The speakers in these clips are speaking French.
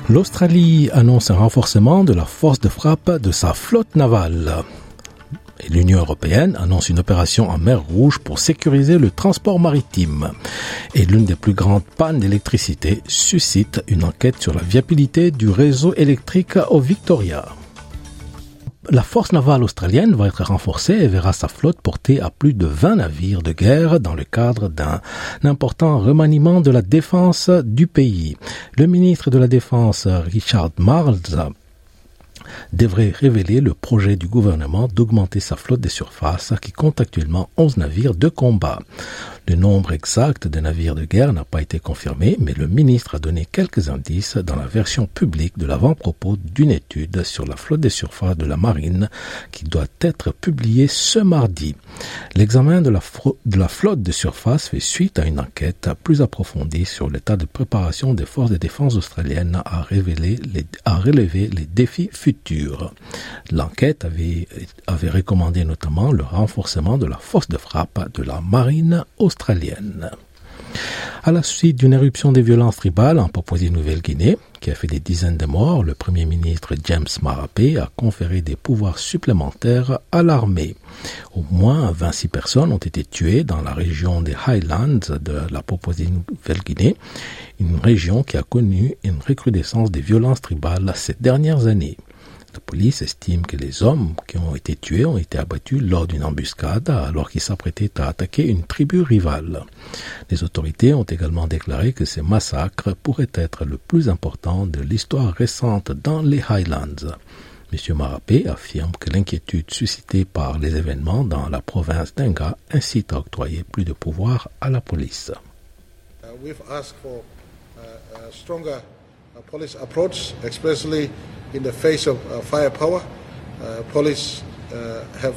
L'Australie annonce un renforcement de la force de frappe de sa flotte navale. Et l'Union européenne annonce une opération en mer Rouge pour sécuriser le transport maritime. Et l'une des plus grandes pannes d'électricité suscite une enquête sur la viabilité du réseau électrique au Victoria. La force navale australienne va être renforcée et verra sa flotte portée à plus de 20 navires de guerre dans le cadre d'un important remaniement de la défense du pays. Le ministre de la Défense, Richard Marles, devrait révéler le projet du gouvernement d'augmenter sa flotte des surfaces qui compte actuellement 11 navires de combat. Le nombre exact de navires de guerre n'a pas été confirmé, mais le ministre a donné quelques indices dans la version publique de l'avant-propos d'une étude sur la flotte des surfaces de la marine qui doit être publiée ce mardi. L'examen de la flotte de surface fait suite à une enquête plus approfondie sur l'état de préparation des forces de défense australiennes à relever les défis futurs. L'enquête avait recommandé notamment le renforcement de la force de frappe de la marine australienne. À la suite d'une éruption des violences tribales en Papouasie-Nouvelle-Guinée, qui a fait des dizaines de morts, le Premier ministre James Marape a conféré des pouvoirs supplémentaires à l'armée. Au moins 26 personnes ont été tuées dans la région des Highlands de la Papouasie-Nouvelle-Guinée, une région qui a connu une recrudescence des violences tribales ces dernières années. La police estime que les hommes qui ont été tués ont été abattus lors d'une embuscade alors qu'ils s'apprêtaient à attaquer une tribu rivale. Les autorités ont également déclaré que ces massacres pourraient être le plus important de l'histoire récente dans les Highlands. M. Marape affirme que l'inquiétude suscitée par les événements dans la province d'Enga incite à octroyer plus de pouvoir à la police. We've asked for a stronger police approach, especially in the face of firepower. Police have,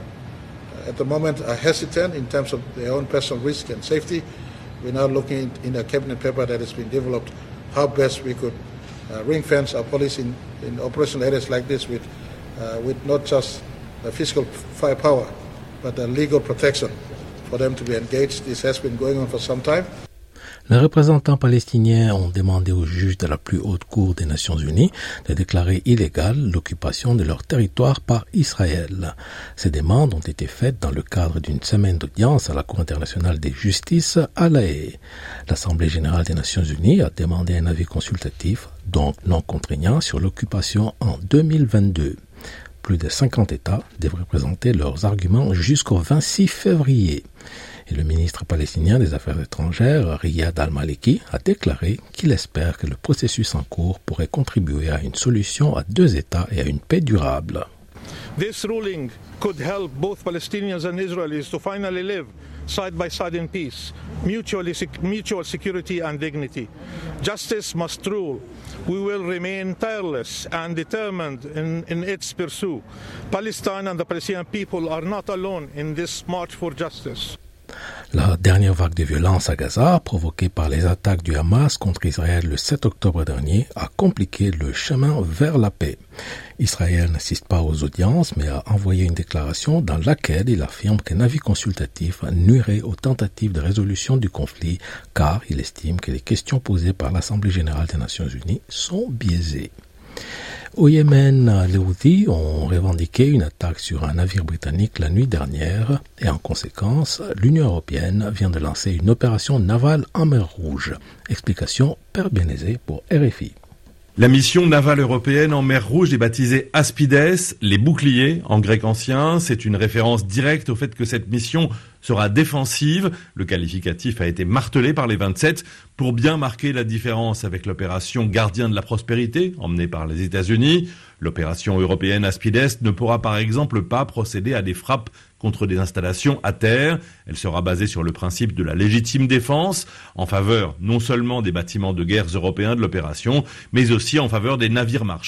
at the moment, are hesitant in terms of their own personal risk and safety. We're now looking in a cabinet paper that has been developed how best we could ring fence our police in operational areas like this with not just physical firepower, but legal protection for them to be engaged. This has been going on for some time. Les représentants palestiniens ont demandé au juge de la plus haute cour des Nations Unies de déclarer illégale l'occupation de leur territoire par Israël. Ces demandes ont été faites dans le cadre d'une semaine d'audience à la Cour internationale de justice à La Haye. L'Assemblée générale des Nations Unies a demandé un avis consultatif, donc non contraignant, sur l'occupation en 2022. Plus de 50 États devraient présenter leurs arguments jusqu'au 26 février. Et le ministre palestinien des Affaires étrangères, Riyad al-Maliki, a déclaré qu'il espère que le processus en cours pourrait contribuer à une solution à 2 États et à une paix durable. This ruling could help both Palestinians and Israelis to finally live side by side in peace, mutual security and dignity. Justice must rule. We will remain tireless and determined in its pursuit. Palestine and the Palestinian people are not alone in this march for justice. La dernière vague de violence à Gaza, provoquée par les attaques du Hamas contre Israël le 7 octobre dernier, a compliqué le chemin vers la paix. Israël n'assiste pas aux audiences, mais a envoyé une déclaration dans laquelle il affirme qu'un avis consultatif nuirait aux tentatives de résolution du conflit, car il estime que les questions posées par l'Assemblée générale des Nations unies sont biaisées. Au Yémen, les Houthis ont revendiqué une attaque sur un navire britannique la nuit dernière et en conséquence, l'Union européenne vient de lancer une opération navale en mer Rouge. Explication Père Bénézé pour RFI. La mission navale européenne en mer Rouge est baptisée Aspides, les boucliers en grec ancien. C'est une référence directe au fait que cette mission sera défensive. Le qualificatif a été martelé par les 27 pour bien marquer la différence avec l'opération Gardien de la prospérité emmenée par les États-Unis. L'opération européenne Aspides ne pourra par exemple pas procéder à des frappes contre des installations à terre. Elle sera basée sur le principe de la légitime défense, en faveur non seulement des bâtiments de guerre européens de l'opération, mais aussi en faveur des navires marchands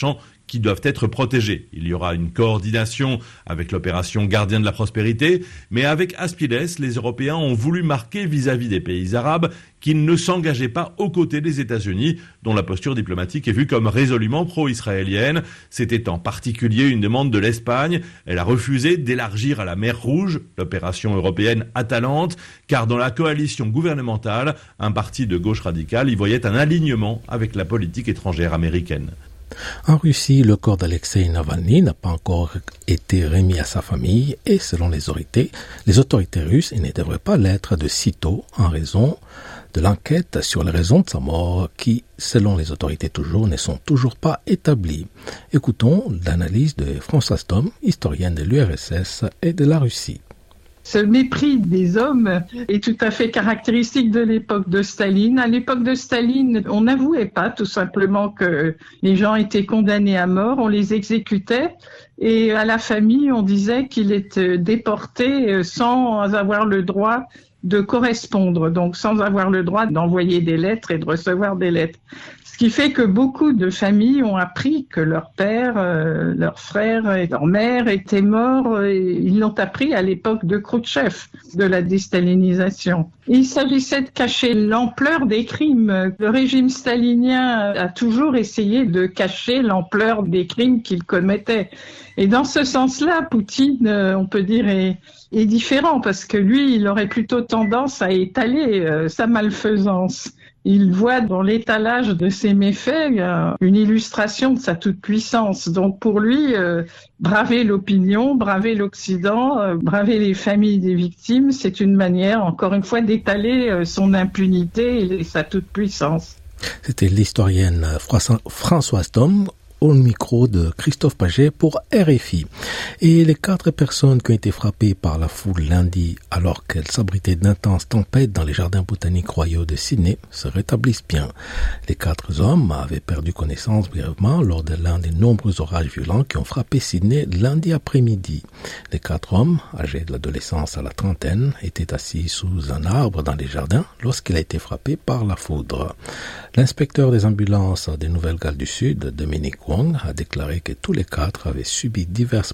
qui doivent être protégés. Il y aura une coordination avec l'opération Gardien de la Prospérité, mais avec Aspides, les Européens ont voulu marquer vis-à-vis des pays arabes qu'ils ne s'engageaient pas aux côtés des États-Unis, dont la posture diplomatique est vue comme résolument pro-israélienne. C'était en particulier une demande de l'Espagne. Elle a refusé d'élargir à la mer Rouge l'opération européenne Atalante, car dans la coalition gouvernementale, un parti de gauche radicale y voyait un alignement avec la politique étrangère américaine. En Russie, le corps d'Alexei Navalny n'a pas encore été remis à sa famille et selon les autorités russes, il ne devrait pas l'être de sitôt en raison de l'enquête sur les raisons de sa mort qui, selon les autorités toujours, ne sont toujours pas établies. Écoutons l'analyse de Françoise Thom, historienne de l'URSS et de la Russie. Ce mépris des hommes est tout à fait caractéristique de l'époque de Staline. À l'époque de Staline, on n'avouait pas tout simplement que les gens étaient condamnés à mort, on les exécutait et à la famille, on disait qu'il était déporté sans avoir le droit de correspondre, donc sans avoir le droit d'envoyer des lettres et de recevoir des lettres. Ce qui fait que beaucoup de familles ont appris que leur père, leur frère et leur mère étaient morts. Et ils l'ont appris à l'époque de Khrouchtchev, de la déstalinisation. Il s'agissait de cacher l'ampleur des crimes. Le régime stalinien a toujours essayé de cacher l'ampleur des crimes qu'il commettait. Et dans ce sens-là, Poutine, on peut dire, est différent parce que lui, il aurait plutôt tendance à étaler sa malfaisance. Il voit dans l'étalage de ses méfaits une illustration de sa toute-puissance. Donc pour lui, braver l'opinion, braver l'Occident, braver les familles des victimes, c'est une manière, encore une fois, d'étaler son impunité et sa toute-puissance. C'était l'historienne Françoise Thom au micro de Christophe Paget pour RFI. Et les 4 personnes qui ont été frappées par la foule lundi alors qu'elles s'abritaient d'intenses tempêtes dans les jardins botaniques royaux de Sydney se rétablissent bien. Les 4 hommes avaient perdu connaissance brièvement lors de l'un des nombreux orages violents qui ont frappé Sydney lundi après-midi. Les 4 hommes, âgés de l'adolescence à la trentaine, étaient assis sous un arbre dans les jardins lorsqu'il a été frappé par la foudre. L'inspecteur des ambulances des Nouvelles-Galles du Sud, Dominique Wong, a déclaré que tous les 4 avaient subi diverses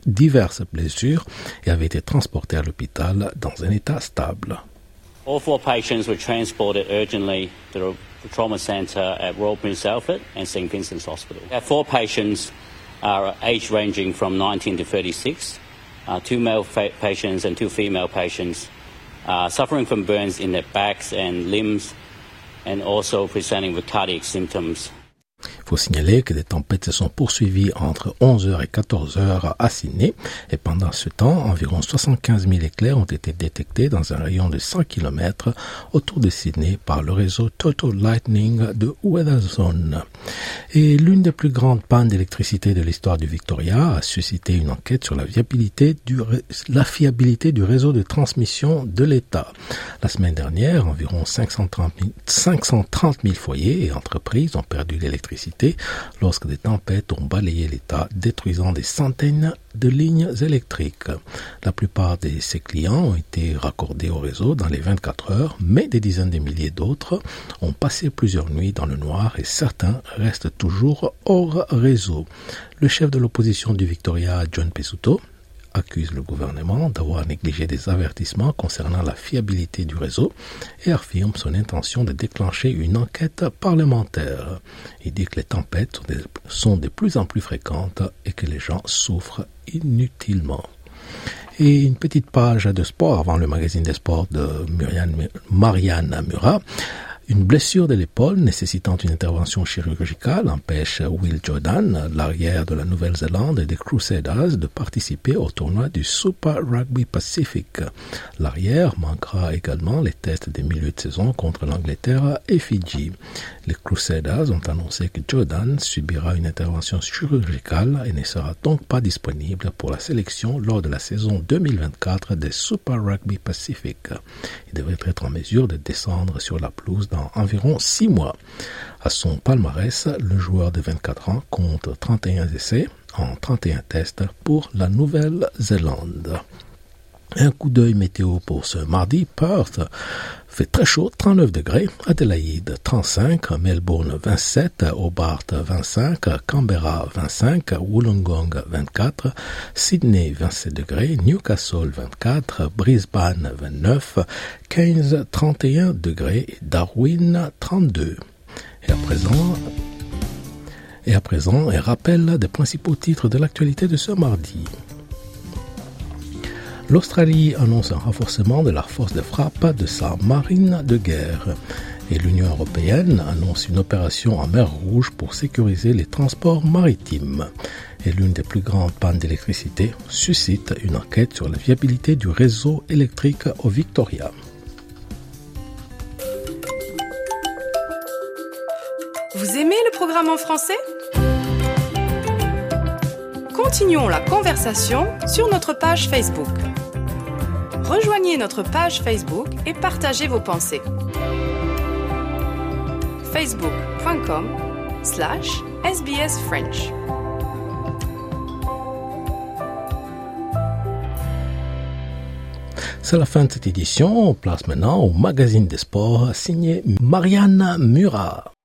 blessures et avaient été transportés à l'hôpital dans un état stable. All 4 patients were transported urgently to the trauma centre at Royal Prince Alfred and St Vincent's Hospital. Our 4 patients are age ranging from 19 to 36. 2 male patients and 2 female patients suffering from burns in their backs and limbs and also presenting with cardiac symptoms. Il faut signaler que des tempêtes se sont poursuivies entre 11h et 14h à Sydney et pendant ce temps, environ 75 000 éclairs ont été détectés dans un rayon de 100 km autour de Sydney par le réseau Total Lightning de Weatherzone. Et l'une des plus grandes pannes d'électricité de l'histoire du Victoria a suscité une enquête sur la fiabilité du réseau de transmission de l'État. La semaine dernière, environ 530 000 foyers et entreprises ont perdu l'électricité lorsque des tempêtes ont balayé l'État, détruisant des centaines de lignes électriques. La plupart de ces clients ont été raccordés au réseau dans les 24 heures, mais des dizaines de milliers d'autres ont passé plusieurs nuits dans le noir et certains restent toujours hors réseau. Le chef de l'opposition du Victoria, John Pesutto, accuse le gouvernement d'avoir négligé des avertissements concernant la fiabilité du réseau et affirme son intention de déclencher une enquête parlementaire. Il dit que les tempêtes sont de plus en plus fréquentes et que les gens souffrent inutilement. Et une petite page de sport avant le magazine des sports de Marianne Murat. Une blessure de l'épaule nécessitant une intervention chirurgicale empêche Will Jordan, l'arrière de la Nouvelle-Zélande et des Crusaders, de participer au tournoi du Super Rugby Pacific. L'arrière manquera également les tests des milieux de saison contre l'Angleterre et Fidji. Les Crusaders ont annoncé que Jordan subira une intervention chirurgicale et ne sera donc pas disponible pour la sélection lors de la saison 2024 des Super Rugby Pacific. Il devrait être en mesure de descendre sur la pelouse dans environ 6 mois. À son palmarès, le joueur de 24 ans compte 31 essais en 31 tests pour la Nouvelle-Zélande. Un coup d'œil météo pour ce mardi. Perth fait très chaud, 39 degrés. Adélaïde, 35. Melbourne, 27. Hobart, 25. Canberra, 25. Wollongong, 24. Sydney, 27 degrés. Newcastle, 24. Brisbane, 29. Cairns, 31 degrés. Darwin, 32. Et à présent, un rappel des principaux titres de l'actualité de ce mardi. L'Australie annonce un renforcement de la force de frappe de sa marine de guerre. Et l'Union européenne annonce une opération en mer Rouge pour sécuriser les transports maritimes. Et l'une des plus grandes pannes d'électricité suscite une enquête sur la viabilité du réseau électrique au Victoria. Vous aimez le programme en français ? Continuons la conversation sur notre page Facebook. Rejoignez notre page Facebook et partagez vos pensées. facebook.com/SBS French. C'est la fin de cette édition. On place maintenant au magazine des sports signé Marianne Murat.